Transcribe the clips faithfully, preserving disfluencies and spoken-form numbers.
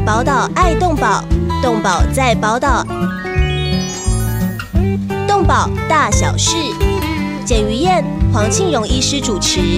宝岛爱动保，动保在宝岛。动保大小事，简于燕、黄庆荣医师主持。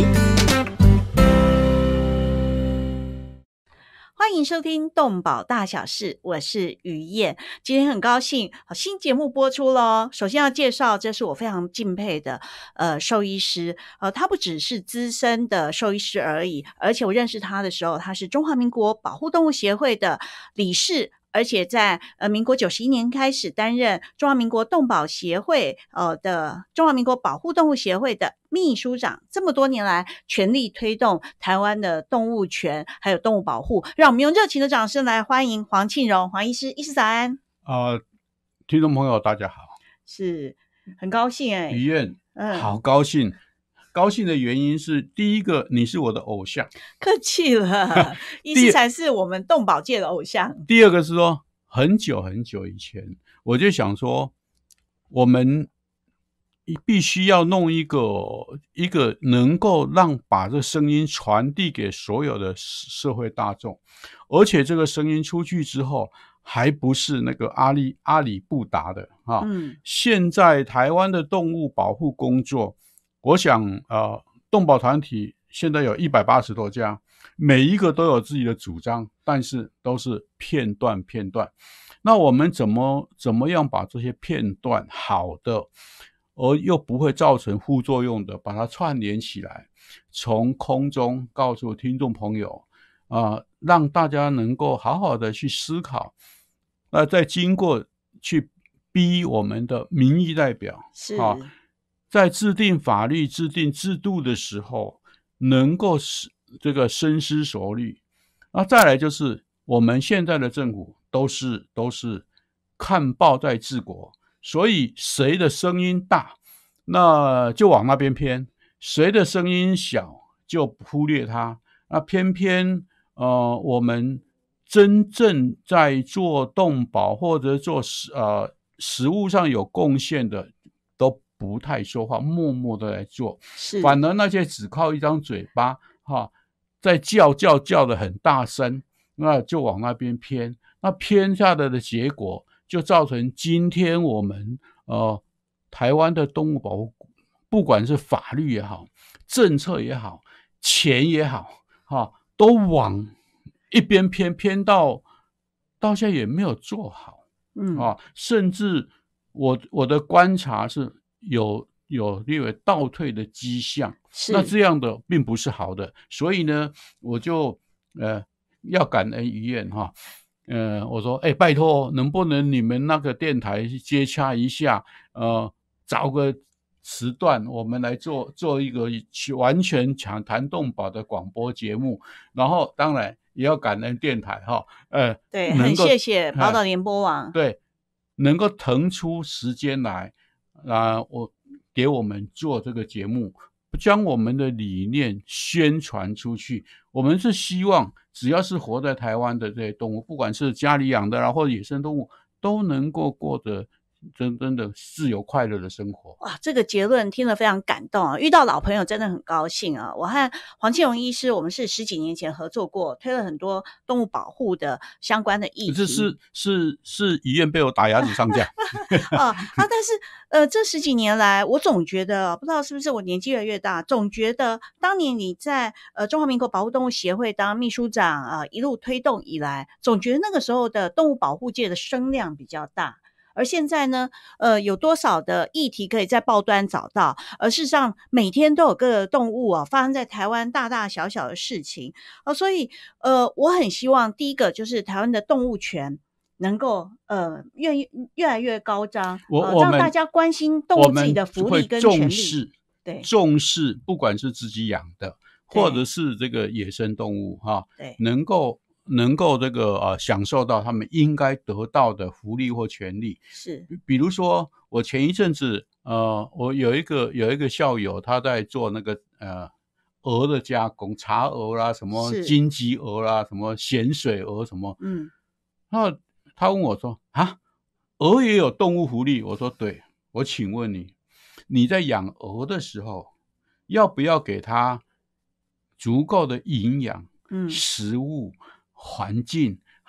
欢迎收听动保大小事，我是于燕。今天很高兴新节目播出了。首先要介绍，这是我非常敬佩的呃兽医师，呃他不只是资深的兽医师而已，而且我认识他的时候，他是中华民国保护动物协会的理事，而且在呃民国九十一年开始担任中华民国动保协会呃的中华民国保护动物协会的秘书长，这么多年来全力推动台湾的动物权还有动物保护。让我们用热情的掌声来欢迎黄庆荣黄医师。医师早安。 呃，听众朋友大家好， 是很高兴哎、欸， 于燕、 嗯， 好高兴。高兴的原因是，第一个，你是我的偶像， 客气了，医师才是我们动保界的偶像。 第二个是说，很久很久以前，我就想说，我们必须要弄一个一个能够让把这声音传递给所有的社会大众，而且这个声音出去之后，还不是那个阿里阿里不达的啊。 嗯， 现在台湾的动物保护工作，我想呃，动保团体现在有一百八十多家，每一个都有自己的主张，但是都是片段片段。那我们怎么怎么样把这些片段好的，而又不会造成副作用的，把它串联起来，从空中告诉听众朋友啊、呃，让大家能够好好的去思考，那再经过去逼我们的民意代表是啊，在制定法律、制定制度的时候，能够这个深思熟虑。那再来就是我们现在的政府都是都是看报在治国，所以谁的声音大，那就往那边偏；谁的声音小，就忽略它。那偏偏呃，我们真正在做动保或者做呃实务上有贡献的，都不太说话，默默的来做。 是， 反而那些只靠一张嘴巴哈，在叫叫叫的很大声，那就往那边偏。那偏下来的结果，就造成今天我们呃台湾的动物保护，不管是法律也好，政策也好，钱也好，哈，都往一边偏，偏到到现在也没有做好。 嗯啊，甚至我我的观察是有有略微倒退的迹象，那这样的并不是好的，所以呢，我就呃要感恩于燕哈，呃，我说哎，拜托，能不能你们那个电台接洽一下，呃，找个时段我们来做做一个完全讲谈动保的广播节目，然后当然也要感恩电台哈，呃， 对，很谢谢宝岛联播网， 对，能够腾出时间来啊、呃，我给我们做这个节目，将我们的理念宣传出去。我们是希望只要是活在台湾的这些动物，不管是家里养的啊或者野生动物，都能够过得真真的自由快乐的生活。 哇，这个结论听了非常感动啊！遇到老朋友真的很高兴啊！我和黄庆荣医师，我们是十几年前合作过，推了很多动物保护的相关的议题。 这是是是医院被我打牙齿上架啊啊！但是呃，这十几年来，我总觉得不知道是不是我年纪越来越大，总觉得当年你在呃中华民国保护动物协会当秘书长啊、呃，一路推动以来，总觉得那个时候的动物保护界的声量比较大。而现在呢，呃，有多少的议题可以在报端找到？而事实上，每天都有各个动物啊发生在台湾大大小小的事情啊、呃，所以呃，我很希望第一个就是台湾的动物权能够呃越越来越高涨， 我、 呃、 我让大家关心动物自己的福利跟权利。 重视对， 重视，不管是自己养的，或者是这个野生动物哈， 对， 能够。能够这个呃享受到他们应该得到的福利或权利， 是， 比如说我前一阵子呃，我有一个有一个校友，他在做那个呃鹅的加工，茶鹅啦，什么金鸡鹅啦，什么咸水鹅什么， 嗯， 然后他问我说啊，鹅也有动物福利？我说对，我请问你，你在养鹅的时候，要不要给它足够的营养、 嗯， 食物？环境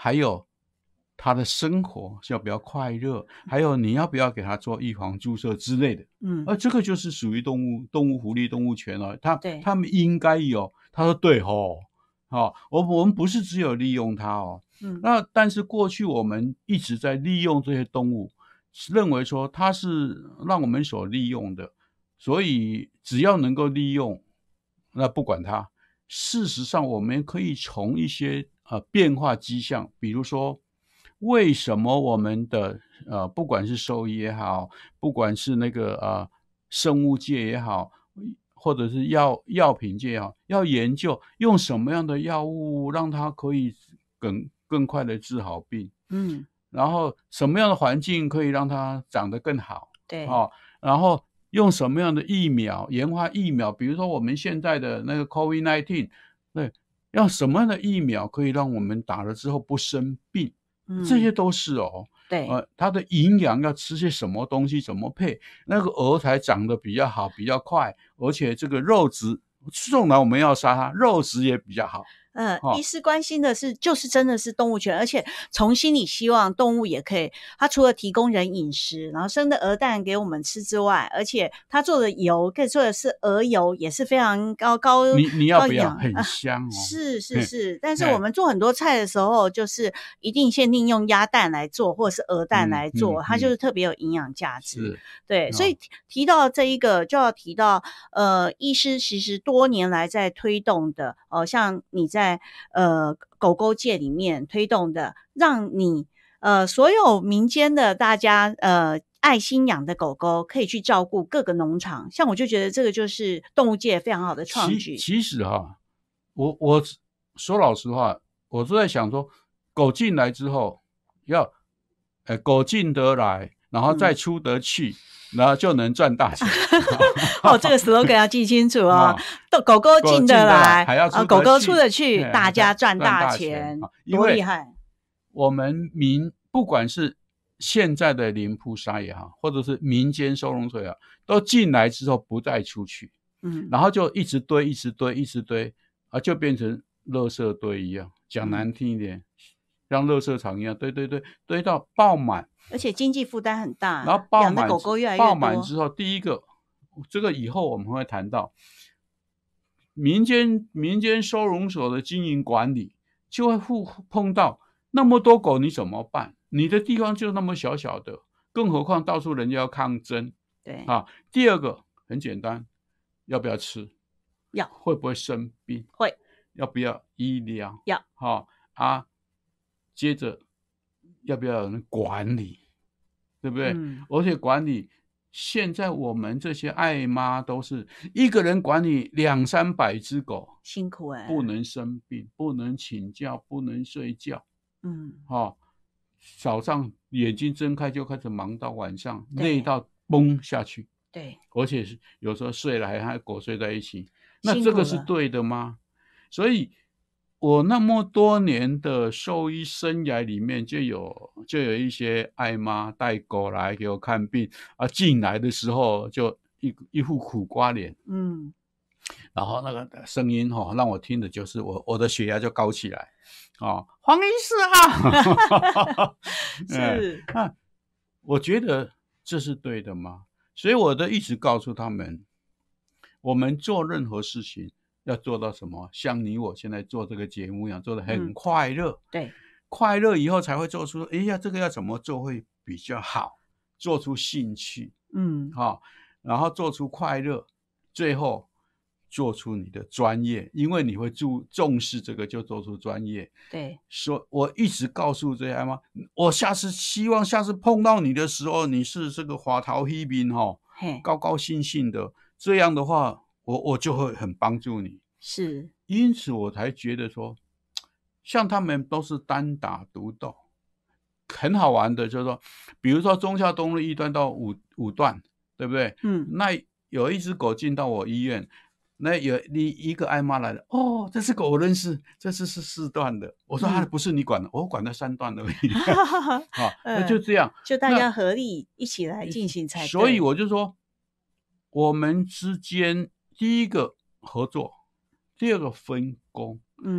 还有他的生活要不要快乐，还有你要不要给他做预防注射之类的。 嗯， 而这个就是属于动物动物福利动物权了，他他们应该有。他说对哦，哦，我我们不是只有利用它哦。 嗯， 那但是过去我们一直在利用这些动物，认为说它是让我们所利用的，所以只要能够利用，那不管它。事实上，我们可以从一些呃变化迹象，比如说为什么我们的呃不管是兽医也好，不管是那个呃生物界也好，或者是药药品界啊，要研究用什么样的药物让它可以更更快的治好病， 嗯， 然后什么样的环境可以让它长得更好， 对， 哦，然后用什么样的疫苗研发疫苗，比如说我们现在的那个 COVID 十九， 对，要什么样的疫苗可以让我们打了之后不生病， 嗯， 这些都是哦。 对， 呃，它的营养要吃些什么东西，怎么配，那个鹅才长得比较好，比较快，而且这个肉质，纵然我们要杀它，肉质也比较好。 呃，医师关心的是，就是真的是动物权，而且从心里希望动物也可以，他除了提供人饮食，然后生的鹅蛋给我们吃之外，而且他做的油可以做的是鹅油，也是非常高高， 你你要不要很香哦？ 呃、是是是，但是我们做很多菜的时候，就是一定限定用鸭蛋来做，或者是鹅蛋来做，嗯嗯、它就是特别有营养价值。对，哦、所以提到这一个，就要提到呃，医师其实多年来在推动的，呃，像你在。在呃狗狗界里面推动的，让你呃所有民间的大家呃爱心养的狗狗可以去照顾各个农场，像我就觉得这个就是动物界非常好的创举。 其, 其实哈，我我说老实话，我都在想说，狗进来之后要，呃狗进得来，然后再出得去。嗯，然后就能赚大钱。 哦，这个 slogan 要记清楚哦。哦，狗狗进得来， 还要出得去， 狗狗出得去，大家赚大钱，多厉害！ 我们民不管是现在的零扑杀也好，或者是民间收容所也好，都进来之后不再出去，嗯，然后就一直堆，一直堆，一直堆，啊，就变成垃圾堆一样。讲难听一点，嗯，像垃圾场一样，堆堆堆堆到爆满。 而且经济负担很大， 然后爆满养的狗狗越来越多。 爆满之后，第一个，这个以后我们会谈到，民间民间收容所的经营管理就会互碰到那么多狗，你怎么办？你的地方就那么小小的，更何况到处人家要抗争。 对啊，第二个很简单，要不要吃？ 要。 会不会生病？ 会。 要不要医疗？ 要。 好啊，接着要不要有人管理？对不对？嗯，而且管理，现在我们这些爱妈都是一个人管理两三百只狗， 辛苦哎、欸， 不能生病，不能请假，不能睡觉， 嗯， 哦，早上眼睛睁开就开始忙到晚上，累到崩下去， 对， 而且是有时候睡了还和狗睡在一起，那这个是对的吗？所以。我那么多年的兽医生涯里面，就有就有一些爱妈带狗来给我看病啊，进来的时候就一一副苦瓜脸， 嗯， 然后那个声音哈、哦，让我听的就是我我的血压就高起来，哦，黄医师啊， 是， 那、嗯、我觉得这是对的吗？所以我都一直告诉他们，我们做任何事情。要做到什么？像你我现在做这个节目一样，做得很快乐、嗯。 对， 快乐以后才会做出，哎呀，这个要怎么做会比较好？做出兴趣， 嗯， 好、哦，然后做出快乐，最后做出你的专业，因为你会注重视这个，就做出专业。 对， 所我一直告诉这些爱妈，我下次希望下次碰到你的时候，你是这个花桃喜面哈，高高兴兴的，这样的话。我我就会很帮助你， 是， 因此我才觉得说，像他们都是单打独斗，很好玩的，就是说，比如说忠孝东路一段到五五段，对不对？ 嗯， 那有一只狗进到我医院，那有你一个爱妈来了，哦，这只狗我认识，这只是四段的，我说它不是你管的，嗯、我管它三段而已，啊，那就这样， 就大家合力一起来进行才对。 所以我就说，我们之间。第一个合作，第二个分工。 嗯，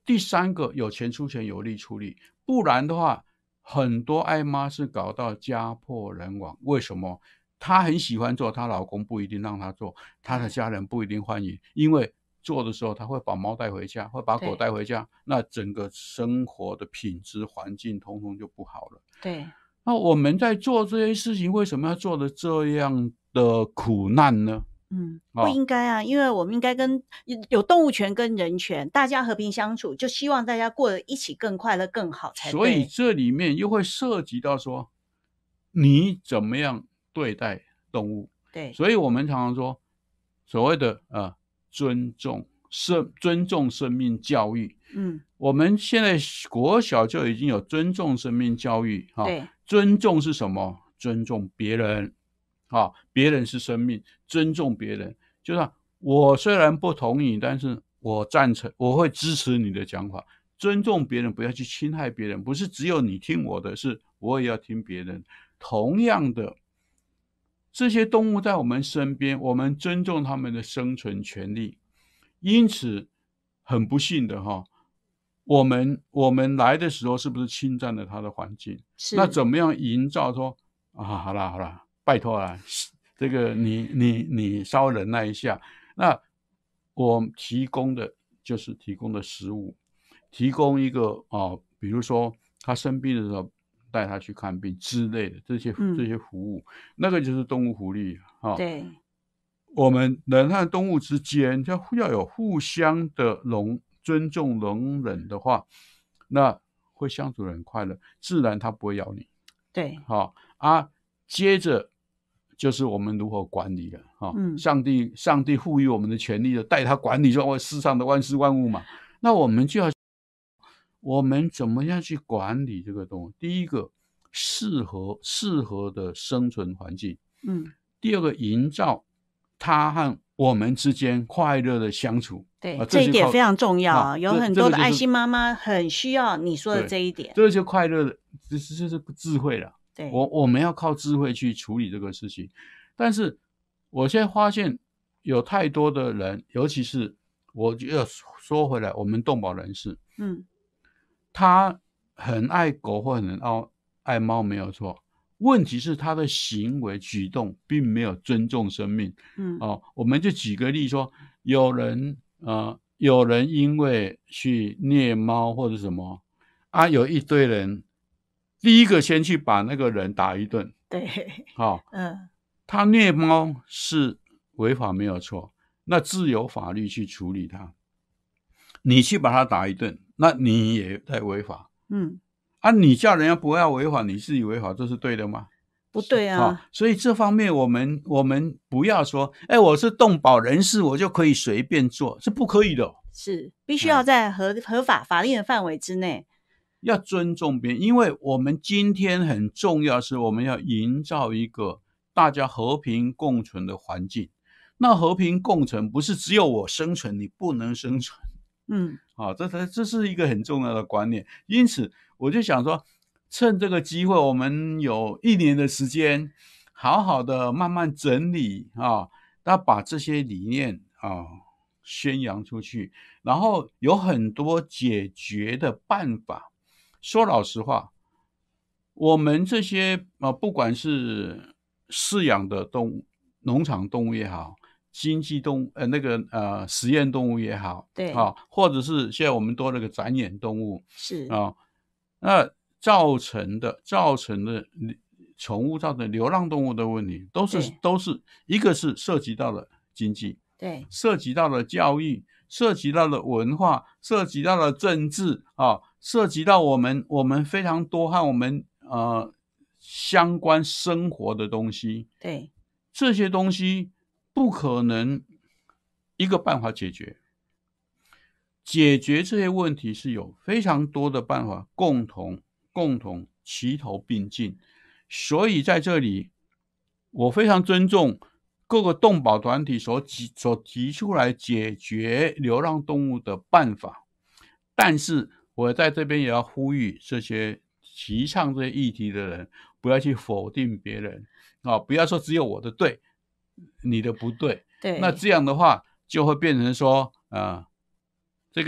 第三个有钱出钱，有力出力，不然的话，很多爱妈是搞到家破人亡。为什么？她很喜欢做，她老公不一定让她做，她的家人不一定欢迎，因为做的时候她会把猫带回家，会把狗带回家，那整个生活的品质环境通通就不好了。 对， 那我们在做这些事情，为什么要做的这样的苦难呢？ 嗯，不应该啊，因为我们应该跟有动物权跟人权，大家和平相处，就希望大家过得一起更快乐、更好才对。 所以这里面又会涉及到说，你怎么样对待动物？ 对， 所以我们常常说，所谓的呃尊重生尊重生命教育。嗯，我们现在国小就已经有尊重生命教育。哈、哦， 对， 尊重是什么？尊重别人。啊，别人是生命，尊重别人，就是我虽然不同意，但是我赞成，我会支持你的讲法。尊重别人，不要去侵害别人，不是只有你听我的，是我也要听别人。同样的，这些动物在我们身边，我们尊重他们的生存权利。因此，很不幸的哈，我们我们来的时候是不是侵占了它的环境？ 是。 那怎么样营造说啊？好啦好啦。拜托啊，这个你你你稍微忍耐一下。那我提供的就是提供的食物，提供一个哦，比如说他生病的时候带他去看病之类的这些、嗯、这些服务，那个就是动物福利啊、哦。 对， 我们人和动物之间要要有互相的容尊重容忍的话，那会相处得很快乐，自然他不会咬你。 对， 好、哦、啊，接着。就是我们如何管理了、哦嗯、上帝上帝赋予我们的权利了，带他管理说世上的万事万物嘛。那我们就要我们怎么样去管理这个动物？第一个，适合适合的生存环境。嗯。第二个，营造它和我们之间快乐的相处。 对， 啊、 这一点非常重要、啊、有很多的爱心妈妈很需要你说的这一点。 这个就快乐的，这是这是智慧了。 对， 我我们要靠智慧去处理这个事情，但是我现在发现有太多的人，尤其是我就要说回来，我们动保人士，嗯，他很爱狗或很爱爱猫没有错，问题是他的行为举动并没有尊重生命。嗯，哦，我们就举个例说，有人呃，有人因为去虐猫或者什么啊，有一堆人。第一个先去把那个人打一顿， 对， 好、哦，嗯，他虐猫是违法没有错，那自有法律去处理他。你去把他打一顿，那你也在违法，嗯，啊，你叫人家不要违法，你自己违法，这是对的吗？ 不对啊， 哦、所以这方面我们我们不要说，哎，我是动保人士，我就可以随便做，是不可以的， 是必须要在合、嗯、合法法令的范围之内。 要尊重别人，因为我们今天很重要是我们要营造一个大家和平共存的环境。那和平共存不是只有我生存你不能生存，嗯，好、哦，这这是一个很重要的观念。因此我就想说，趁这个机会，我们有一年的时间，好好的慢慢整理啊，那把这些理念啊宣扬出去，然后有很多解决的办法。说老实话，我们这些啊，不管是饲养的动物、农场动物也好，经济动物呃那个呃实验动物也好， 对啊，或者是现在我们多那个展演动物是啊，那造成的造成的宠物造成流浪动物的问题，都是都是一个是涉及到了经济， 对， 涉及到了教育，涉及到了文化，涉及到了政治啊。涉及到我们我们非常多和我们呃相关生活的东西， 对， 这些东西不可能一个办法解决。解决这些问题是有非常多的办法，共同共同齐头并进。所以在这里，我非常尊重各个动保团体所提所提出来解决流浪动物的办法，但是我在这边也要呼吁这些提倡这些议题的人，不要去否定别人啊，不要说只有我的对，你的不对。 对， 那这样的话就会变成说啊，这个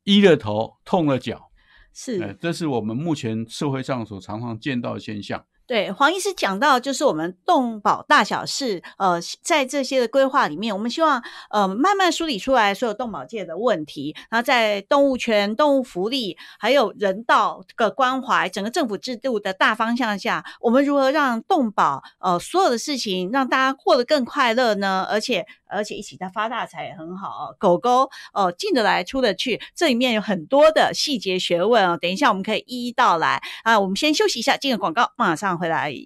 医了头痛了脚， 是、 呃、这是我们目前社会上所常常见到的现象。 对，黄医师讲到，就是我们动保大小事，呃，在这些的规划里面，我们希望呃慢慢梳理出来所有动保界的问题，然后在动物权、动物福利，还有人道的关怀，整个政府制度的大方向下，我们如何让动保呃所有的事情让大家过得更快乐呢？而且而且一起在发大财也很好哦。狗狗呃进得来出得去，这里面有很多的细节学问哦。等一下我们可以一一道来啊。我们先休息一下，进个广告，马上回来。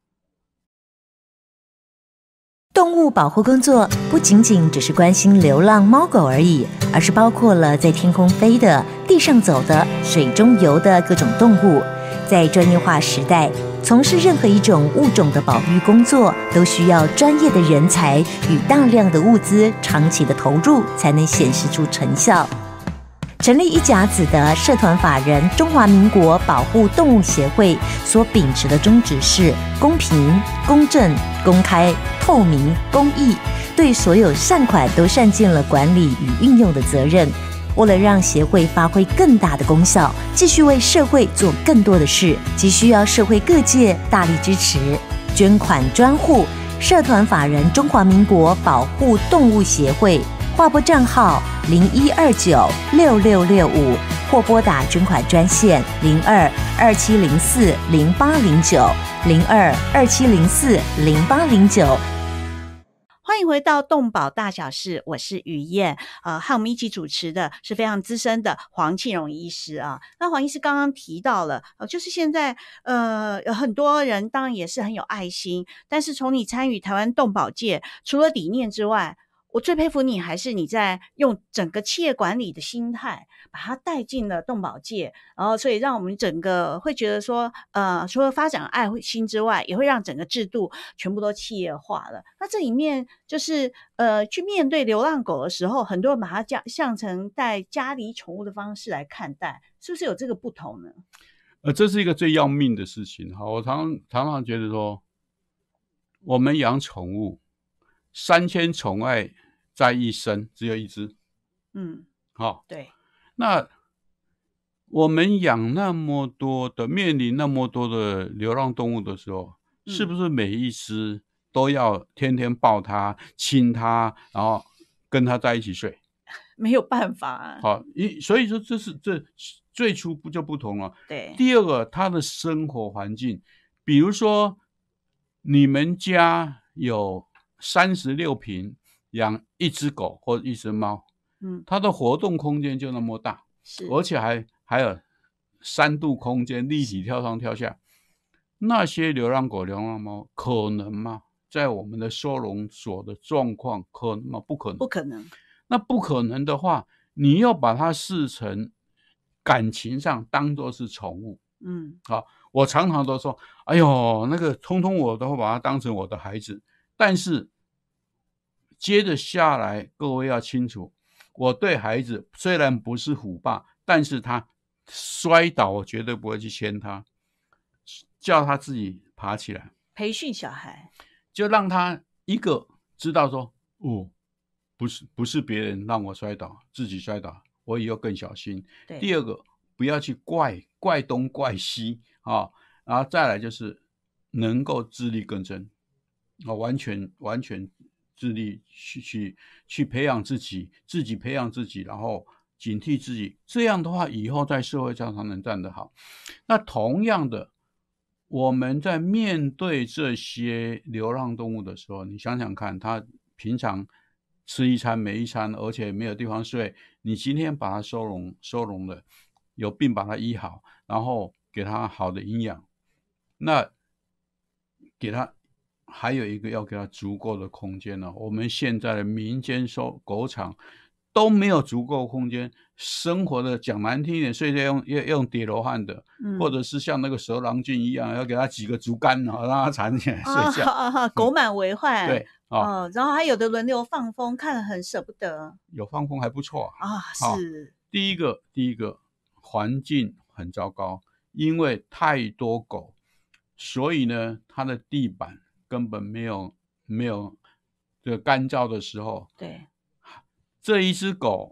动物保护工作不仅仅只是关心流浪猫狗而已，而是包括了在天空飞的、地上走的、水中游的各种动物。在专业化时代，从事任何一种物种的保育工作，都需要专业的人才与大量的物资长期的投入，才能显示出成效。成立一甲子的社团法人中华民国保护动物协会所秉持的宗旨是公平、公正、公开、透明、公益，对所有善款都善尽了管理与运用的责任。为了让协会发挥更大的功效，继续为社会做更多的事，急需要社会各界大力支持。捐款专户：社团法人中华民国保护动物协会，划拨账号零一二九六六六五，或拨打捐款专线零二二七零四零八零九零二二七零四零八零九。 欢迎回到动保大小事，我是于燕，呃，和我们一起主持的是非常资深的黄庆荣医师啊。那黄医师刚刚提到了，呃，就是现在呃有很多人当然也是很有爱心，但是从你参与台湾动保界，除了理念之外，我最佩服你还是你在用整个企业管理的心态把它带进了动保界，然后所以让我们整个会觉得说呃除了发展爱心之外，也会让整个制度全部都企业化了。那这里面就是呃去面对流浪狗的时候，很多人把它像像成带家里宠物的方式来看待，是不是有这个不同呢？ 呃，这是一个最要命的事情。好，我常常常觉得说，我们养宠物，三千宠爱在一身，只有一只。 嗯， 好， 对。 那我们养那么多的，面临那么多的流浪动物的时候， 嗯、 是不是每一只都要天天抱它、亲它，然后跟它在一起睡？ 没有办法啊。 好，所以说这是这最初不就不同了。 对。 第二个，它的生活环境，比如说你们家有三十六坪，养一只狗或一只猫，嗯，它的活动空间就那么大， 是， 而且还还有三度空间，立体跳上跳下。那些流浪狗、流浪猫可能吗？在我们的收容所的状况可能吗？不可能， 不可能。 那不可能的话，你要把它视成感情上当作是宠物。嗯，好，我常常都说，哎呦，那个通通我都会把它当成我的孩子。但是接着下来，各位要清楚，我对孩子虽然不是虎爸，但是他摔倒我绝对不会去牵他，叫他自己爬起来。 培训小孩， 就让他一个知道说，哦，不是不是别人让我摔倒，自己摔倒，我以后更小心。第二个，不要去怪怪东怪西啊，然后再来就是能够自力更生啊，完全完全自力去去去培养自己，自己培养自己，然后警惕自己，这样的话以后在社会上才能站得好。那同样的，我们在面对这些流浪动物的时候，你想想看，他平常吃一餐没一餐，而且没有地方睡，你今天把它收容收容了，有病把它医好，然后给它好的营养，那给它还有一个要给它足够的空间呢。我们现在的民间收狗场都没有足够空间，生活的讲难听一点，睡觉用用叠罗汉的、嗯，或者是像那个蛇郎君一样，要给它几个竹竿，然后让它缠起来睡觉， 啊啊啊、狗满为患、嗯。对。 哦、 嗯，然后还有的轮流放风，看了很舍不得。 有放风还不错啊，啊是。 第一个，第一个环境很糟糕，因为太多狗，所以呢，它的地板根本没有没有这个干燥的时候。 对。 这一只狗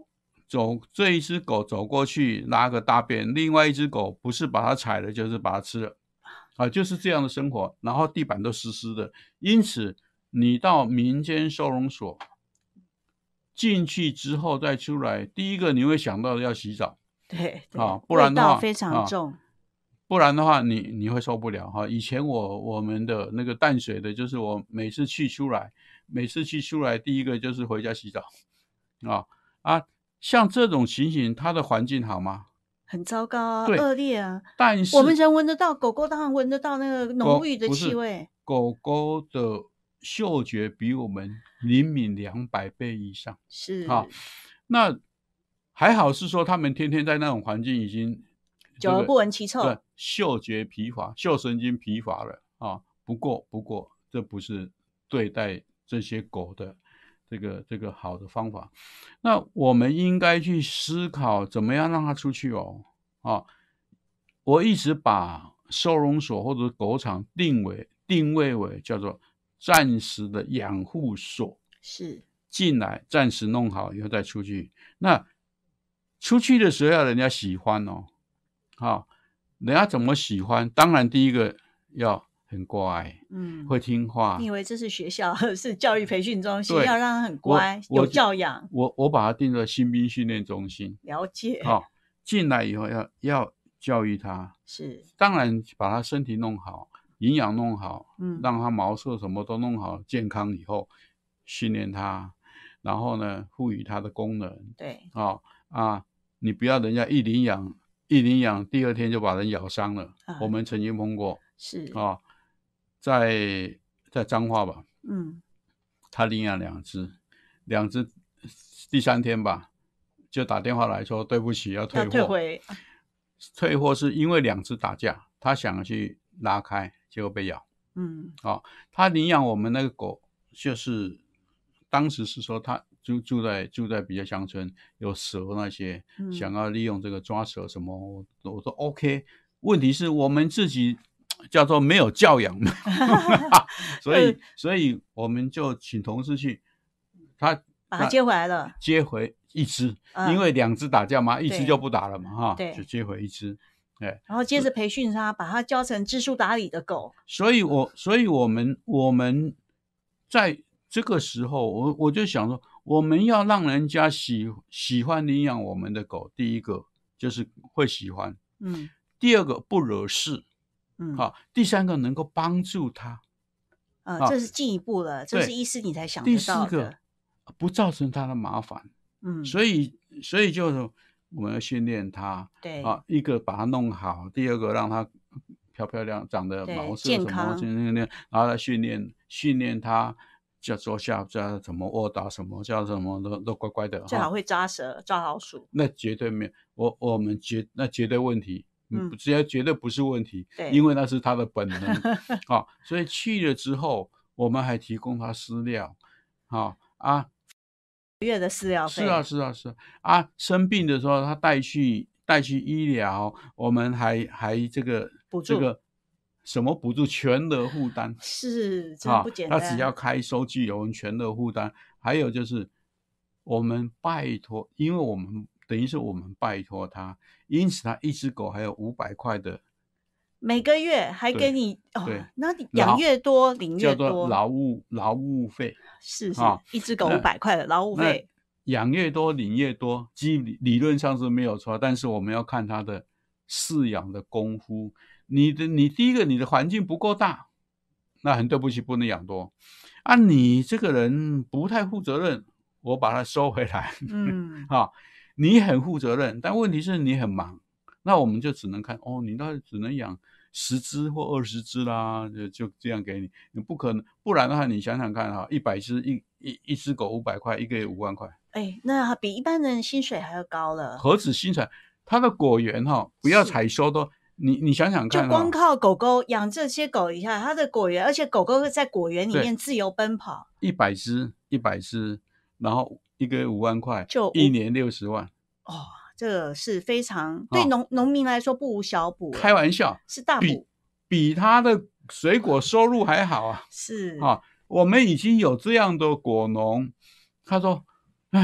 走这一只狗走过去拉个大便，另外一只狗不是把它踩了就是把它吃了啊，就是这样的生活，然后地板都湿湿的。因此你到民间收容所进去之后再出来，第一个你会想到要洗澡， 对对啊，不然的话味道非常重， 啊不然的话你你会受不了哈。以前我我们的那个淡水的，就是我每次去出来，每次去出来第一个就是回家洗澡啊啊，像这种情形，它的环境好吗？ 很糟糕啊， 对恶劣啊。 但是我们人闻得到，狗狗当然闻得到那个浓狗郁的不是气味。 狗狗的嗅觉比我们灵敏两百倍以上， 是啊，那还好是说他们天天在那种环境已经久而不闻其臭， 对，嗅觉疲乏，嗅神经疲乏了啊。不过不过这不是对待这些狗的这个这个好的方法。那我们应该去思考怎么样让它出去哦啊。我一直把收容所或者狗场定位定位为叫做暂时的养护所， 是进来暂时弄好以后再出去。那出去的时候要人家喜欢哦，啊，人家怎么喜欢？当然第一个要很乖， 嗯， 会听话。 你以为这是学校是教育培训中心， 对要让他很乖， 我有教养。 我我把它定在新兵训练中心， 了解， 好、进来以后要要教育他， 是当然把他身体弄好，营养弄好， 嗯让他毛色什么都弄好，健康以后训练他，然后呢赋予他的功能。 对， 哦啊，你不要人家一领养一领养，第二天就把人咬伤了。 啊我们曾经碰过是啊、哦，在在彰化吧， 嗯他领养两只，两只第三天吧，就打电话来说对不起要退要货。 退回， 退货是因为两只打架，他想去拉开，结果被咬。 嗯哦，他领养我们那个狗，就是当时是说他住住在住在比较乡村，有蛇那些， 嗯想要利用这个抓蛇什么，我我说 OK。问题是我们自己叫做没有教养，所以所以我们就请同事去，他把它接回来了， 接回一只， 嗯因为两只打架嘛，一对只就不打了嘛，哈， 对就接回一只。哎， 然后接着培训它，把它教成知书达理的狗。 所以我所以我们我们在这个时候，我我就想说，我们要让人家喜喜欢领养我们的狗，第一个就是会喜欢， 嗯第二个不惹事， 嗯， 好，第三个能够帮助他， 呃， 啊这是进一步了，这对是医师你才想第得到四个的。 不造成他的麻烦。 嗯， 所以所以就是我们要训练他， 对啊，一个把它弄好，第二个让它漂漂亮，长得对毛色什么健康那那，然后来训练训练它，叫坐下叫怎么卧倒什么叫什么都都乖乖的，哈最好会抓蛇、抓老鼠。 那绝对没有，我我们绝那绝对问题， 嗯嗯，直接绝对不是问题， 对因为那是他的本能啊，所以去了之后，我们还提供他饲料，啊啊。 月的饲料费是啊，是啊，是啊，啊，生病的时候他带去带去医疗，我们还还这个补助这个什么补助全额负担是真的不简单。 他只要开收据，我们全额负担。还有就是我们拜托，因为我们等于是我们拜托他，因此他一只狗还有五百块的每个月还给对你哦对， 那你养越多领越叫做多， 劳务劳务费。 是是啊， 一只狗那五百块的劳务费。 养越多领越多，基理理论上是没有错，但是我们要看它的饲养的功夫。你的你第一个你的环境不够大，那很对不起不能养多啊。你这个人不太负责任，我把它收回来。 嗯， 啊，你很负责任，但问题是你很忙，那我们就只能看哦，你那只能养十只或二十只啦，就就这样给你，你不可能，不然的话你想想看哈，一百只一一一只狗五百块，一个月五万块， 哎，那比一般人薪水还要高了。 何止薪水，它的果园哈，不要是采收都，你你想想看， 就光靠狗狗养这些狗一下，它的果园，而且狗狗在果园里面自由奔跑， 一百只一百只，然后一个月五万块， 就一年六十万， 哦，这个是非常对农农民来说不无小补。 开玩笑， 是大比补， 比他的水果收入还好啊。 是啊，我们已经有这样的果农，他说：“哎，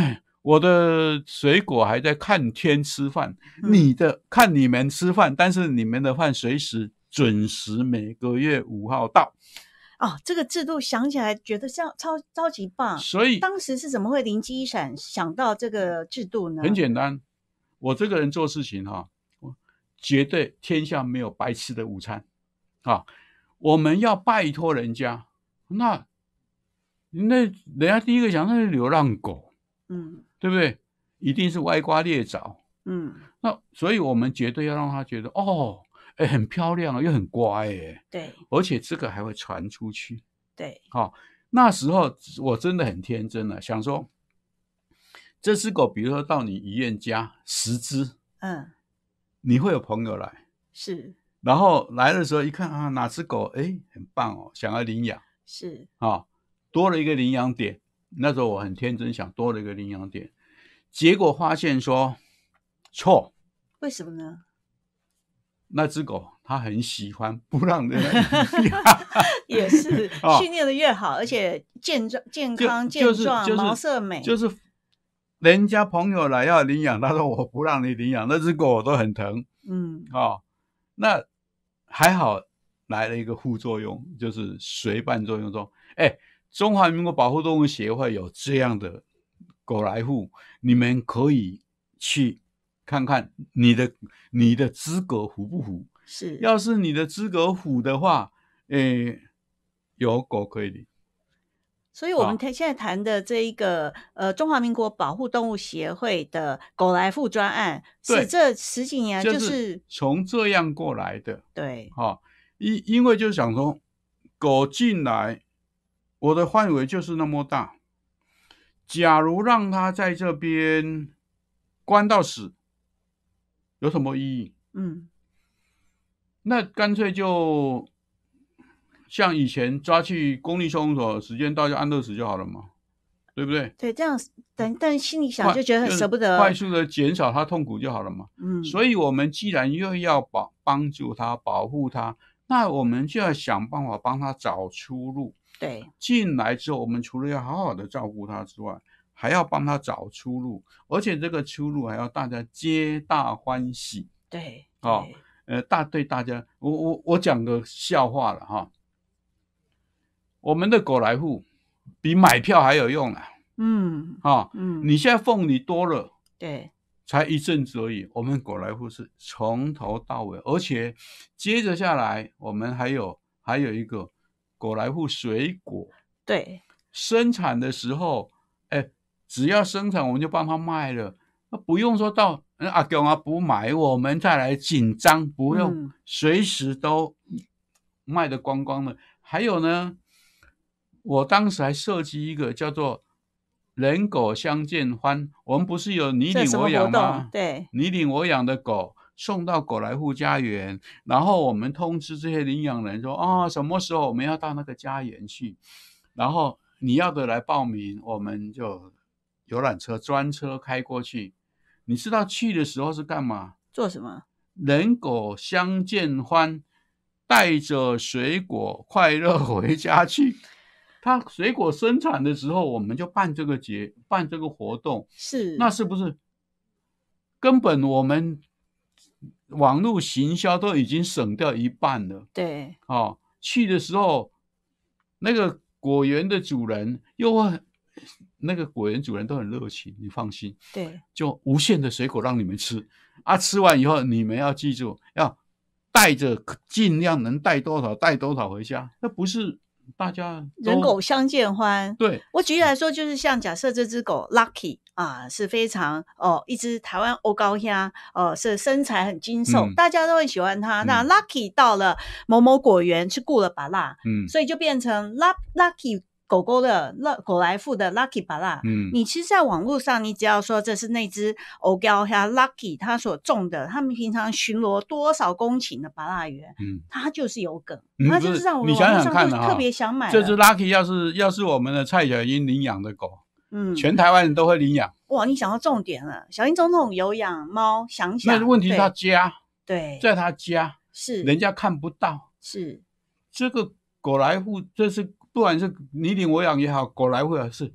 我的水果还在看天吃饭， 嗯你的看你们吃饭，但是你们的饭随时准时每个月五号到。 哦，这个制度想起来觉得像超超级棒。 所以当时是怎么会灵机一闪想到这个制度呢？ 很简单，我这个人做事情哈、啊，绝对天下没有白吃的午餐啊！我们要拜托人家，那那人家第一个想那是流浪狗， 嗯对不对？一定是歪瓜裂枣。 嗯， 那所以我们绝对要让他觉得哦，哎，很漂亮又很乖哎， 对而且这个还会传出去。 对， 好、哦，那时候我真的很天真了，想说这只狗，比如说到你医院家十只， 嗯， 你会有朋友来， 是然后来的时候一看啊，哪只狗哎很棒哦，想要领养是， 啊、哦，多了一个领养点。那时候我很天真，想多了一个领养点，结果发现说错， 为什么呢？ 那只狗它很喜欢不让人领养也是哦训练的越好，而且健壮、健康、健就就是壮、 就是毛色美， 就是人家朋友来要领养，他说我不让你领养，那只狗我都很疼嗯哦。那还好来了一个副作用，就是随伴作用中，哎，中华民国保护动物协会有这样的狗来户，你们可以去看看你的你的资格符不符。 是， 要是你的资格符的话，诶，有狗可以领。 所以我们现在谈的这一个呃中华民国保护动物协会的狗来户专案，是这十几年就就是从这样过来的。 对， 哦，因因为就是想说，狗进来，我的范围就是那么大，假如让它在这边关到死，有什么意义？ 嗯， 那干脆就像以前抓去公立收容所，时间到就安乐死就好了嘛，对不对？ 对，这样但但心里想就觉得很舍不得， 快速的减少他痛苦就好了嘛。 嗯， 所以我们既然又要保帮助他、保护他，那我们就要想办法帮他找出路。 对， 进来之后，我们除了要好好的照顾他之外，还要帮他找出路，而且这个出路还要大家皆大欢喜。 对， 哦，呃，大对大家，我我我讲个笑话了哈。我们的狗来户比买票还有用啊！ 嗯， 啊， 嗯， 你现在凤梨多了， 对， 才一阵子而已。我们狗来户是从头到尾，而且接着下来，我们还有还有一个狗来户水果， 对， 生产的时候，哎，只要生产我们就帮他卖了，那不用说到阿公啊不买，我们再来紧张，不用、 嗯、 随时都卖得光光的。还有呢，我当时还设计一个叫做人狗相见欢，我们不是有你领我养吗？ 对， 你领我养的狗送到狗来户家园，然后我们通知这些领养人说啊、哦，什么时候我们要到那个家园去，然后你要的来报名，我们就游览车专车开过去。你知道去的时候是干嘛？ 做什么？ 人狗相见欢，带着水果快乐回家去。它水果生产的时候，我们就办这个节，办这个活动， 是， 那是不是根本我们网络行销都已经省掉一半了？ 对， 哦，去的时候，那个果园的主人又会，那个果园主人都很热情，你放心， 对， 就无限的水果让你们吃啊！吃完以后，你们要记住，要带着，尽量能带多少带多少回家，那不是。大家人狗相见欢。 对， 我举例来说，就是像假设这只狗 Lucky 啊，是非常哦，一只台湾欧高虾哦，是身材很精瘦、嗯，大家都很喜欢它。嗯、那 Lucky 到了某某果园去顾了芭乐，嗯，所以就变成 Lucky 狗狗的狗来户的 Lucky 芭乐。嗯，你其实在网络上，你只要说这是那只欧高虾 Lucky 它所种的，他们平常巡逻多少公顷的芭乐园，嗯，它就是有梗，它、嗯、就是让我们网络上就特别想买。 这只 Lucky 要是要是我们的蔡小英领养的狗，嗯，全台湾人都会领养。 哇，你想到重点了，小英总统有养猫，想想那问题是他家， 对， 在他家是人家看不到， 是这个狗来户，这是不管是你领我养也好，狗来户也是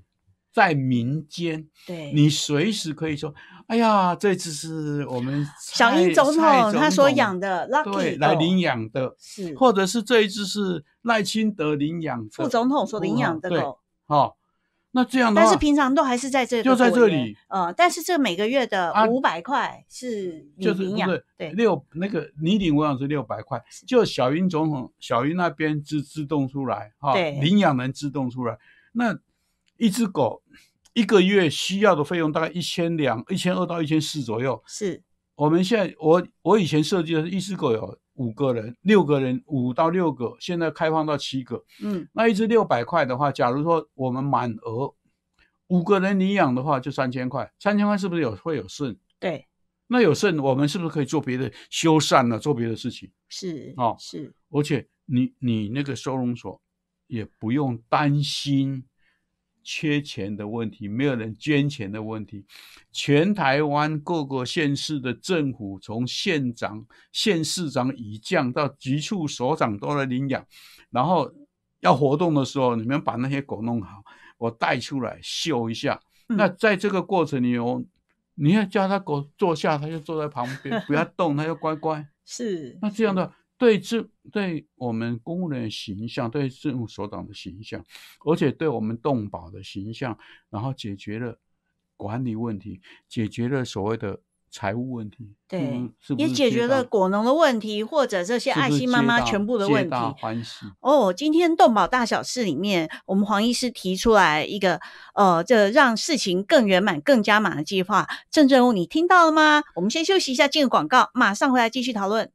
在民间， 对， 你随时可以说，哎呀，这只是我们小英总统他所养的 Lucky 对来领养的， 是， 或者是这一只是赖清德领养的副总统所领养的狗， 哦，那这样的话， 但是平常都还是在这个就在这里， 呃，但是这每个月的五百块是你领养， 就是对， 六那个你领我养是六百块，就小英总统小英那边自自动出来哈， 对， 领养人自动出来，那一只狗一个月需要的费用大概一千两、一千二到一千四左右。 是， 我们现在我我以前设计的是一只狗有五个人、六个人，五到六个，现在开放到七个。嗯，那一只六百块的话，假如说我们满额五个人领养的话，就三千块，三千块是不是有会有剩？ 对， 那有剩，我们是不是可以做别的修缮了，做别的事情？ 是， 哦， 是， 而且你你那个收容所也不用担心缺钱的问题，没有人捐钱的问题。全台湾各个县市的政府，从县长、县市长以降到局处所长都来领养，然后要活动的时候，你们把那些狗弄好，我带出来秀一下。嗯、那在这个过程里，我你要叫他狗坐下，他就坐在旁边，不要动，他就乖乖。 是， 那这样的。对政对我们公务人的形象，对政府所长的形象，而且对我们动保的形象，然后解决了管理问题，解决了所谓的财务问题， 对， 嗯、是不是也解决了果农的问题，或者这些爱心妈妈全部的问题。 皆大欢喜哦，今天动保大小事里面，我们黄医师提出来一个呃，这让事情更圆满、更加满的计划。郑政务，你听到了吗？我们先休息一下，进入广告，马上回来继续讨论。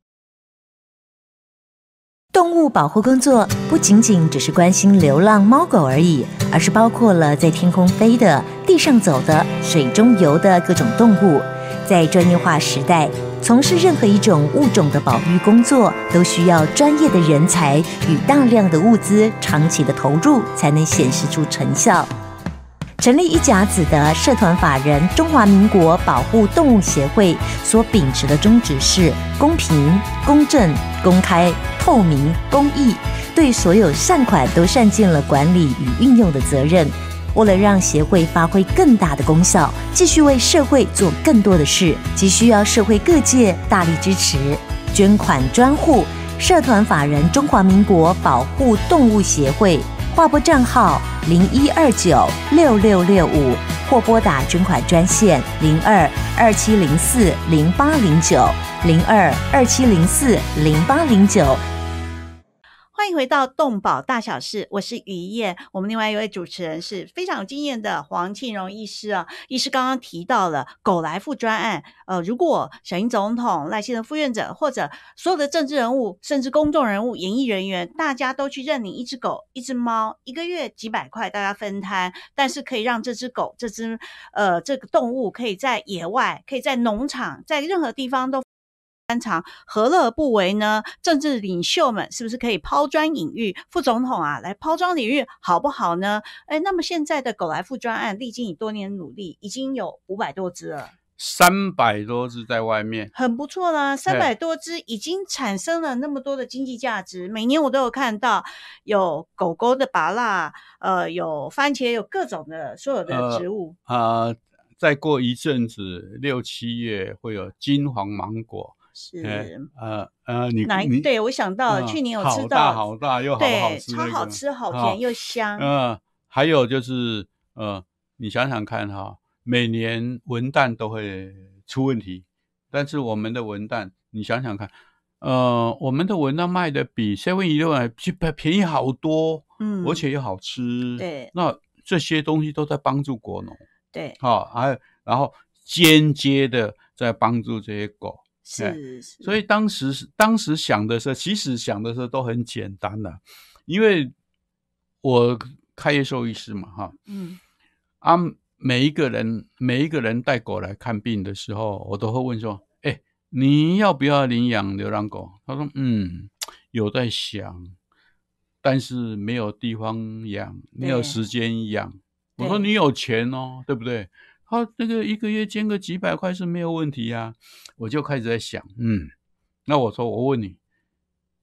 动物保护工作不仅仅只是关心流浪猫狗而已，而是包括了在天空飞的、地上走的、水中游的各种动物。在专业化时代，从事任何一种物种的保育工作，都需要专业的人才与大量的物资长期的投入，才能显示出成效。成立一甲子的社团法人中华民国保护动物协会所秉持的宗旨是公平、公正、公开、透明、公益，对所有善款都善尽了管理与运用的责任。为了让协会发挥更大的功效，继续为社会做更多的事，急需要社会各界大力支持。捐款专户：社团法人中华民国保护动物协会，划拨账号零一二九六六六五，或拨打捐款专线零二二七零四零八零九零二二七零四零八零九。 欢迎回到动保大小事，我是于燕。我们另外一位主持人是非常有经验的黄庆荣医师啊。医师刚刚提到了狗来富专案，呃，如果小英总统、赖清德副院长或者所有的政治人物，甚至公众人物、演艺人员，大家都去认领一只狗、一只猫，一个月几百块，大家分摊，但是可以让这只狗、这只呃这个动物可以在野外、可以在农场、在任何地方都专长，何乐而不为呢？政治领袖们是不是可以抛砖引玉？副总统啊，来抛砖引玉好不好呢？哎，那么现在的狗来富专案，历经你多年努力，已经有五百多只了， 三百多只在外面， 很不错啦。三百多只已经产生了那么多的经济价值，每年我都有看到有狗狗的芭乐，呃，有番茄，有各种的所有的植物啊、呃呃。再过一阵子，六七月会有金黄芒果。 是呃呃，你你对我想到、呃、去年有吃到， 好大好大又好好吃、那個， 超好吃，好甜又香。 嗯、呃，还有就是呃，你想想看哈，每年文旦都会出问题，但是我们的文旦，你想想看，呃，我们的文旦卖的比 seven eleven 便宜好多，嗯，而且又好吃。 对， 那这些东西都在帮助果农。 对， 好、哦，还有然后间接的在帮助这些狗。 是, 是， 所以当时当时想的时候，其实想的时候都很简单的，因为我开业兽医师嘛，哈，嗯，啊，每一个人每一个人带狗来看病的时候，我都会问说，哎，你要不要领养流浪狗？他说，嗯，有在想，但是没有地方养，没有时间养。我说你有钱哦，对不对？他那个一个月捐个几百块是没有问题啊，我就开始在想，嗯，那我说我问你，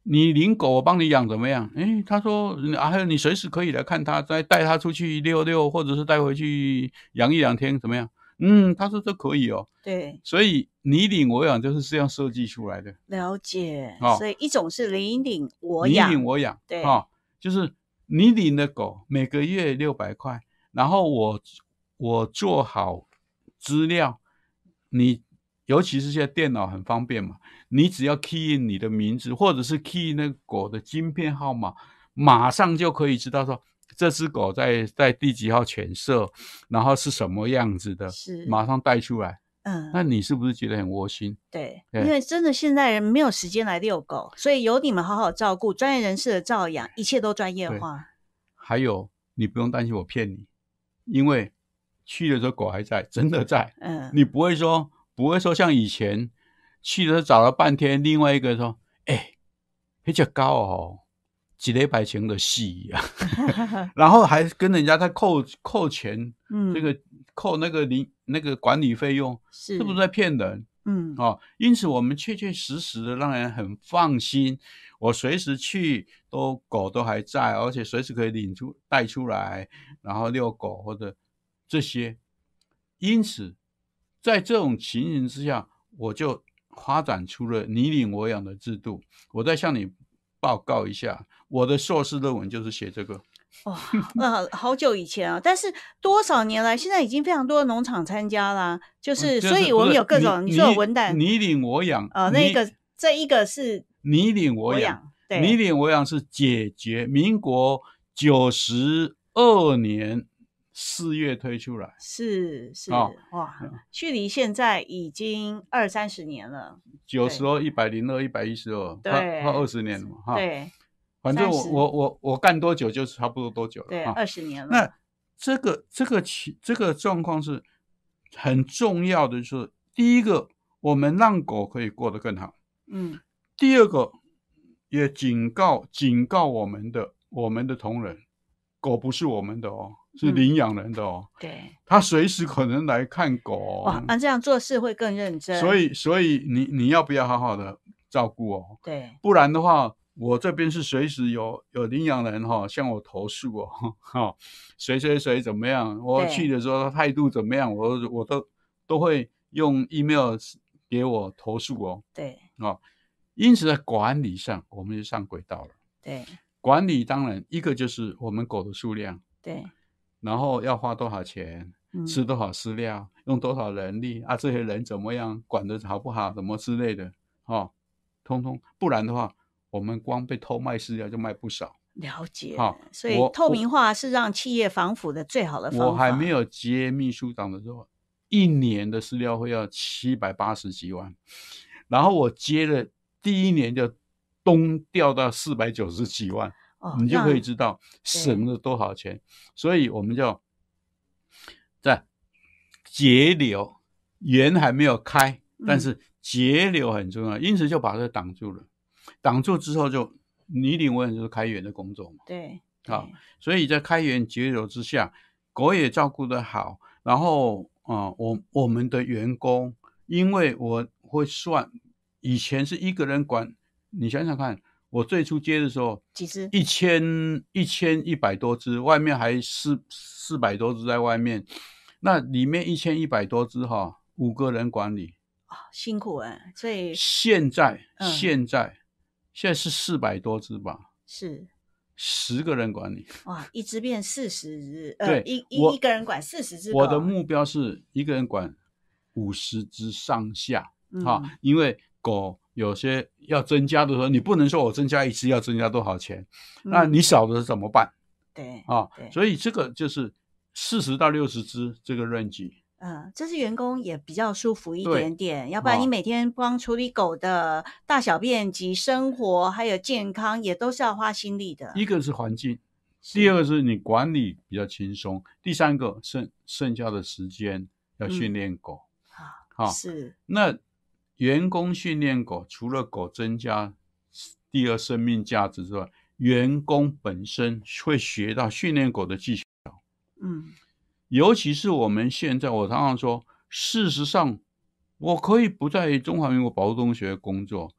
你领狗我帮你养怎么样？诶，他说啊，还有你随时可以来看他，再带他出去溜溜，或者是带回去养一两天怎么样？嗯，他说这可以哦。 对， 所以你领我养就是这样设计出来的。 了解。 哦， 所以一种是你领我养， 你领我养， 对， 哦，就是你领的狗每个月六百块，然后我我做好资料，你尤其是现在电脑很方便嘛，你只要 key in 你的名字，或者是 key 那个狗的晶片号码，马上就可以知道说这只狗在在第几号犬舍，然后是什么样子的， 是马上带出来。 嗯， 那你是不是觉得很窝心？ 对， 对， 因为真的现在人没有时间来遛狗，所以由你们好好照顾，专业人士的照养，一切都专业化。 还有你不用担心我骗你，因为去的时候狗还在，真的在。 嗯， 你不会说不会说像以前去的时候找了半天，另外一个说，哎，那只狗哦，一礼拜前的死啊，然后还跟人家在扣扣钱， 嗯， 这个扣那个零那个管理费用， 是是不是在骗人？ 嗯， 哦，因此我们确确实实的让人很放心，我随时去都狗都还在，而且随时可以领出带出来，然后遛狗或者这些。因此在这种情形之下，我就发展出了你领我养的制度。我再向你报告一下，我的硕士论文就是写这个。 哇、哦，那好久以前啊，但是多少年来，现在已经非常多的农场参加啦，就是， 嗯、 所以我们有各种， 你你说有文旦， 你领我养， 呃，那个这一个是你领我养， 对， 你领我养是解决民国九十二年四月推出来， 是是、 哦、 哇，距离现在已经二三十年了， 九十二、一百零二、一百一十二， 对， 快二十年了嘛，哈， 对。 反正我我我我干多久就差不多多久了， 对，二十年了。 那这个这个这个状况是很重要的，就是第一个，我们让狗可以过得更好， 嗯。 第二个，也警告警告我们的我们的同仁，狗不是我们的哦，是领养人的哦， 嗯、对， 他随时可能来看狗哦， 哇，那这样做事会更认真。 所以所以你你要不要好好的照顾哦？ 对， 不然的话。我这边是随时有有领养人哈、哦、向我投诉哦，哈、哦，谁谁谁怎么样，我去的时候他态度怎么样，我我都都会用 email 给我投诉哦。 对， 哦，因此在管理上我们就上轨道了。 对， 管理当然一个就是我们狗的数量， 对， 然后要花多少钱， 嗯、 吃多少饲料，用多少人力啊，这些人怎么样，管得好不好，什么之类的，哦，通通，不然的话。我们光被偷卖饲料就卖不少， 了解。 好， 所以透明化是让企业防腐的最好的方法。 我还没有接秘书长的时候，一年的饲料费要七百八十几万，然后我接了第一年就东掉到四百九十几万，哦、你就可以知道省了多少钱。所以我们就在节流，源还没有开，但是节流很重要，嗯、因此就把这挡住了。挡住之后就你领我养就是开源的工作嘛， 对， 好，所以在开源节流之下，狗也照顾得好，然后啊、呃，我我们的员工，因为我会算，以前是一个人管，你想想看，我最初接的时候， 几只？ 一千一千一百多只，外面还四四百多只在外面，那里面一千一百多只哈，五个人管理， 哦、辛苦哎、欸，所以现在、 嗯、 现在。现在是四百多只吧， 是十个人管理， 哇，一只变四十只， 对， 呃，一一一个人管四十只狗。 我的目标是一个人管五十只上下， 嗯、 啊，因为狗有些要增加的时候，你不能说我增加一只要增加多少钱，嗯、那你少的怎么办？ 对啊，所以这个就是四十到六十只这个 range。 嗯，这是员工也比较舒服一点点，要不然你每天光处理狗的大小便及生活还有健康也都是要花心力的。 一个是环境，第二个是你管理比较轻松，第三个剩剩下的时间要训练狗。 嗯、 好， 是。 那员工训练狗，除了狗增加第二生命价值之外，员工本身会学到训练狗的技巧。 嗯。 尤其是我们现在，我常常说，事实上，我可以不在中华民国保护动物学工作，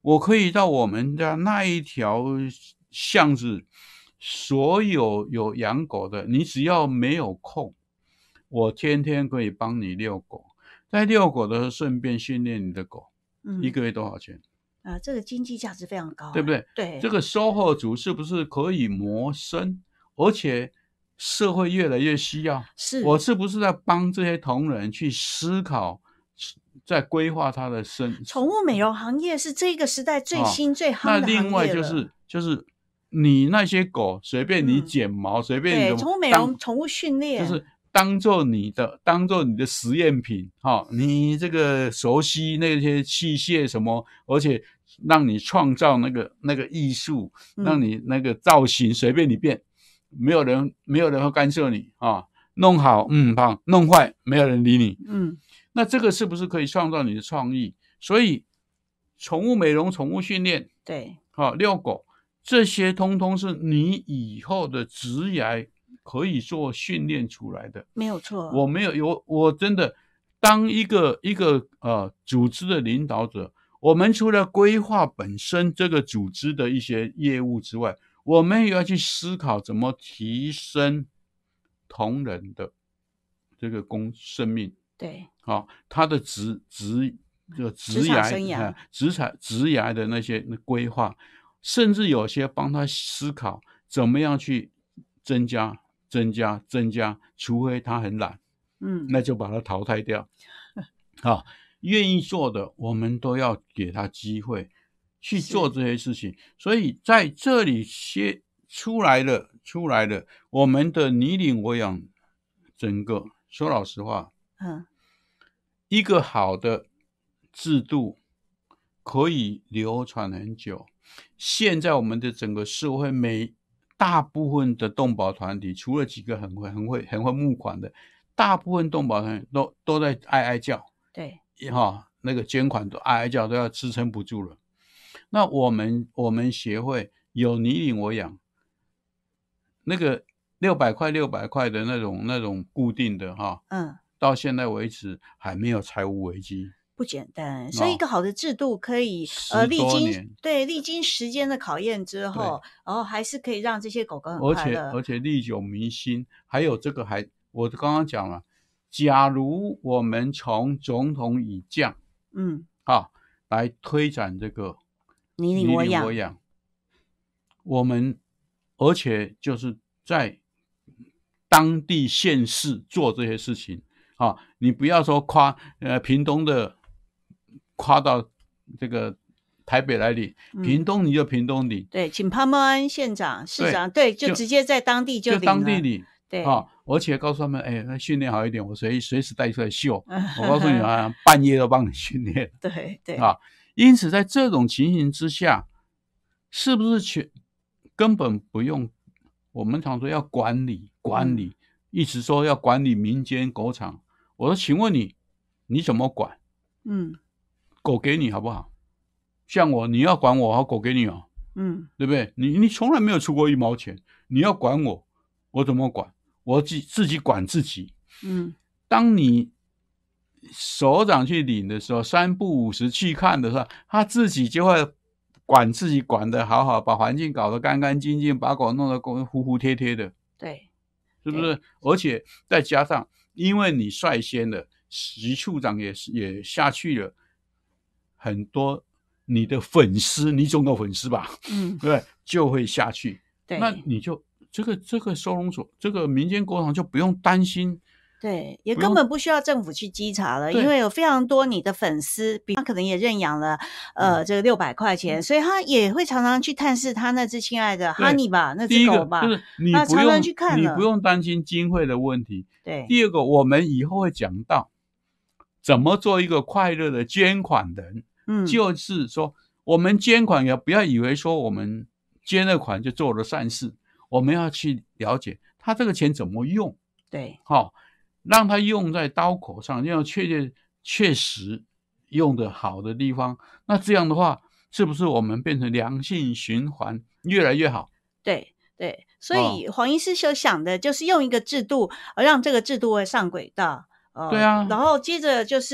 我可以到我们家那一条巷子，所有有养狗的，你只要没有空，我天天可以帮你遛狗，在遛狗的时候顺便训练你的狗， 嗯， 一个月多少钱？ 啊，这个经济价值非常高， 对不对？ 对， 这个售后组是不是可以谋生，而且社会越来越需要？ 是我是不是在帮这些同仁去思考，在规划他的生？ 宠物美容行业是这个时代最新、 哦、 最夯的行业了。 那另外就是就是你那些狗随便你剪毛，嗯、随便你对宠物美容、宠物训练， 就是当做你的当做你的实验品哈、哦，你这个熟悉那些器械什么，而且让你创造那个那个艺术，让你那个造型随便你变，没有人没有人会干涉你啊、哦，弄好嗯棒，弄坏没有人理你， 嗯， 那这个是不是可以创造你的创意？所以宠物美容、宠物训练， 对， 好、哦、遛狗，这些通通是你以后的职业可以做训练出来的， 没有错。 我没有有我真的当一个一个呃组织的领导者，我们除了规划本身这个组织的一些业务之外，我们也要去思考怎么提升同仁的这个公生命， 对， 好、哦，他的职职这个职涯、职场职涯的那些规划，甚至有些帮他思考怎么样去增加、增加、增加，除非他很懒， 嗯， 那就把他淘汰掉。好，愿意做的，我们都要给他机会去做这些事情。所以在这里些出来了，出来了，我们的你领我养，整个说老实话， 嗯， 一个好的制度可以流传很久。现在我们的整个社会，每大部分的动保团体，除了几个很会、很会、很会募款的，大部分动保团体都都在哀哀叫， 对， 哈，那个捐款都哀哀叫，都要支撑不住了。那我们我们协会有你领我养，那个六百块、六百块的那种那种固定的哈， 嗯，到现在为止还没有财务危机。 不简单，所以一个好的制度可以、 哦、 呃历经对历经时间的考验之后，然后还是可以让这些狗狗很快乐， 而且而且历久弥新。还有这个还我刚刚讲了，假如我们从总统以降， 嗯， 啊来推展这个你领我养， 我养，我们而且就是在当地县市做这些事情啊，你不要说夸呃屏东的。夸到这个台北来领，屏东你就屏东领、嗯， 对，请潘孟安县长、市长，对，对就直接在当地就领了， 就当地领， 对啊，而且告诉他们，哎，训练好一点，我随随时带出来秀，我告诉你啊，半夜都帮你训练， 对对啊，因此在这种情形之下，是不是全根本不用？我们常说要管理管理，嗯、一直说要管理民间狗场，我说，请问你，你怎么管？嗯。狗给你好不好？像我，你要管我，好狗给你哦，嗯，对不对？你你从来没有出过一毛钱，你要管我，我怎么管？我自自己管自己，嗯。当你首长去领的时候，三不五时去看的时候，他自己就会管自己管得好好，把环境搞得干干净净，把狗弄得服服帖帖的， 对， 是不是？而且再加上，因为你率先了，徐处长也也下去了。很多你的粉丝，你总有粉丝吧，嗯，对，就会下去， 对， 那你就这个这个收容所，这个民间狗场就不用担心， 对，也根本不需要政府去稽查了，因为有非常多你的粉丝，比他可能也认养了，呃，这个六百块钱，嗯、所以他也会常常去探视他那只亲爱的哈尼吧，那只狗吧， 就是你不用去看，你不用担心经费的问题。 对， 第二个，我们以后会讲到怎么做一个快乐的捐款人。嗯，就是说，我们捐款也不要以为说我们捐了款就做了善事，我们要去了解他这个钱怎么用， 对， 好、哦，让他用在刀口上，要确切确实用的好的地方，那这样的话，是不是我们变成良性循环，越来越好？ 对对，所以黄医师所想的就是用一个制度，让这个制度会上轨道。 呃、对啊， 然后接着就是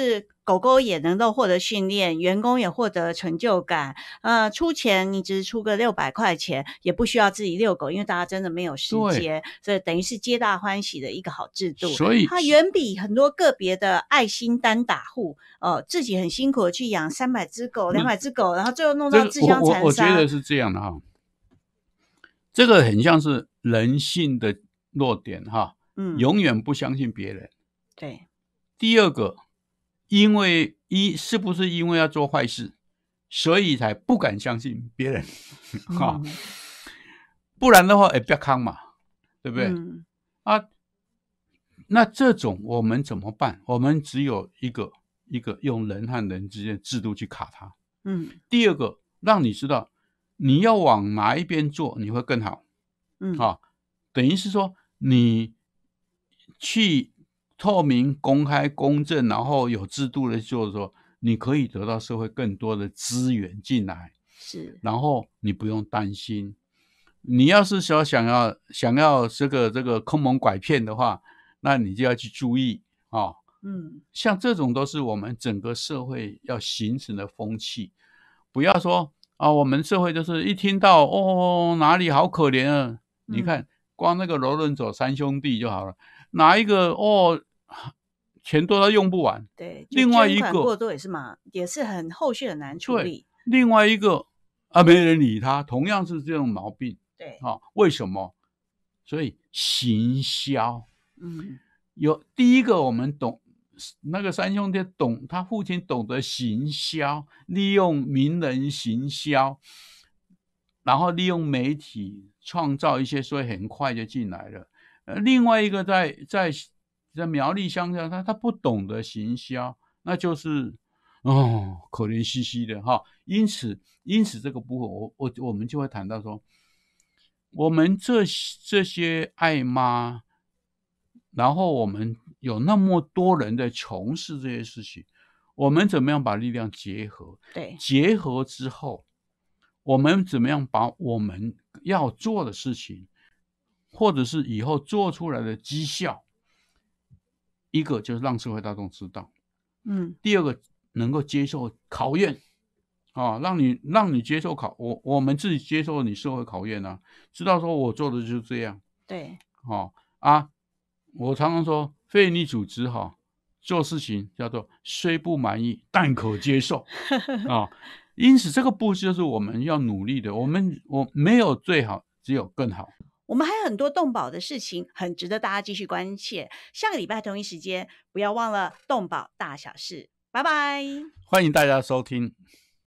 狗狗也能够获得训练，员工也获得成就感。呃，出钱你只是出个六百块钱，也不需要自己遛狗，因为大家真的没有时间，所以等于是皆大欢喜的一个好制度。 所以它远比很多个别的爱心单打户，呃，自己很辛苦的去养三百只狗、两百只狗，然后最后弄到自相残杀。 这个、我, 我, 我觉得是这样的哈，这个很像是人性的弱点哈，嗯，永远不相信别人。 对。 第二个，因为一是不是因为要做坏事，所以才不敢相信别人，哈、嗯，不然的话，哎，不要康嘛，对不对？嗯、啊，那这种我们怎么办？我们只有一个一个用人和人之间的制度去卡它。嗯。第二个，让你知道你要往哪一边做，你会更好。嗯。啊，等于是说你去透明、公开、公正，然后有制度的做的时候，你可以得到社会更多的资源进来。 是。 然后你不用担心，你要是说想要想要这个这个坑蒙拐骗的话，那你就要去注意啊。哦、嗯，像这种都是我们整个社会要形成的风气，不要说啊，我们社会就是一听到哦哪里好可怜啊，嗯、你看光那个罗伦佐三兄弟就好了，哪一个哦钱多到用不完， 对， 另外一个过多也是嘛，也是很后续很难处理。 另外一个啊，没人理他，同样是这种毛病。 对， 啊，为什么？所以行销，嗯，有第一个我们懂那个三兄弟懂，他父亲懂得行销，利用名人行销，然后利用媒体创造一些，所以很快就进来了。呃，另外一个在在在苗栗乡下，他他不懂得行销，那就是哦可怜兮兮的哈。因此，因此这个部分，我我我们就会谈到说，我们这这些爱妈，然后我们有那么多人在从事这些事情，我们怎么样把力量结合？ 对， 结合之后，我们怎么样把我们要做的事情，或者是以后做出来的绩效，一个就是让社会大众知道，嗯，第二个能够接受考验，啊，让你让你接受考，我我们自己接受你社会考验啊，知道说我做的就是这样， 对， 哦啊，我常常说非营利组织哈、哦，做事情叫做虽不满意但可接受啊、哦，因此这个步就是我们要努力的，我们我没有最好，只有更好。 我们还有很多动保的事情，很值得大家继续关切。下个礼拜同一时间，不要忘了动保大小事。拜拜， 欢迎大家收听。